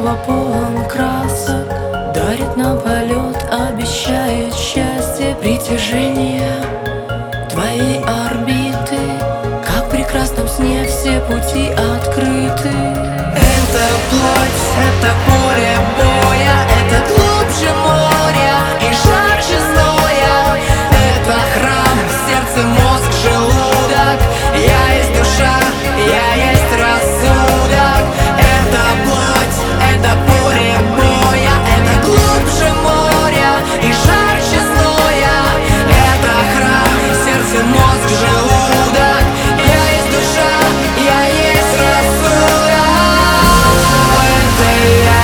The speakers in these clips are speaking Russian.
снова полон красок, дарит нам полет, обещает счастье, притяжение твоей орбиты. Как в прекрасном сне все пути открыты. Это плоть, это поле боя, это глубже моря и жарче зноя. Это храм, сердце, мозг, желудок. Я есть душа, я есть рассудок. Это плоть, это поле боя, это глубже моря и жарче зноя. Это храм, сердце, мозг, желудок. Я есть душа, я есть рассудок. Это я.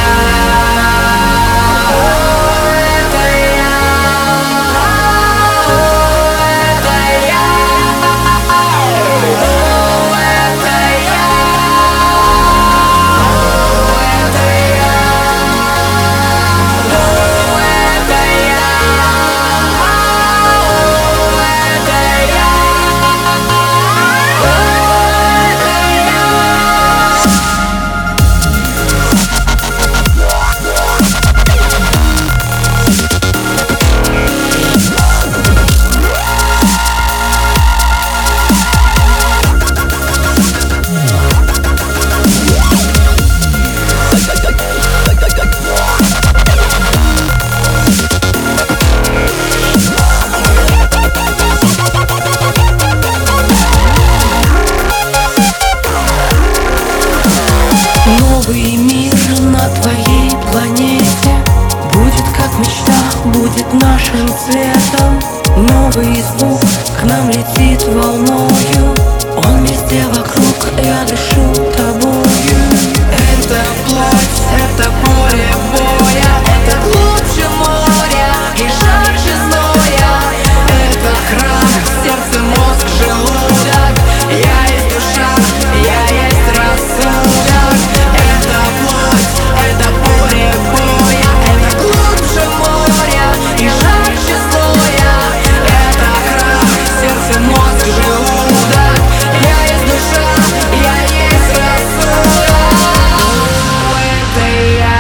Новый мир на твоей планете будет как мечта, будет нашим цветом. Новый звук к нам летит волною, он везде вокруг, я дышу тобою. Это плоть, это поле боя, это глубже моря и жарче зноя. Это храм, сердце, мозг, желудок. Я есть душа, я есть рассудок. Это плоть, это поле боя, это глубже моря и жарче зноя. Это храм, сердце, мозг, желудок. Я есть душа, я есть рассудок. Это я.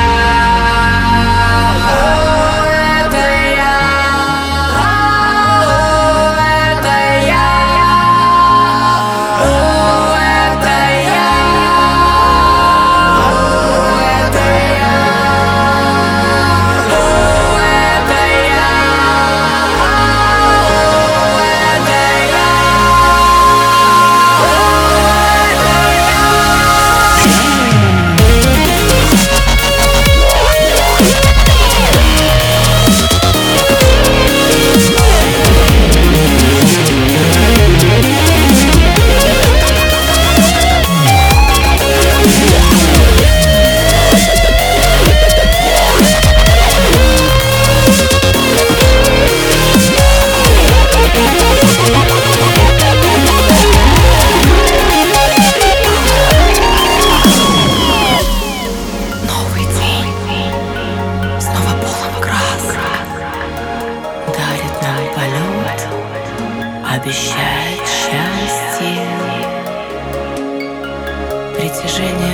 Это я. Это я. Новый день, снова полон красок, дарит нам полет, обещает счастье, притяжение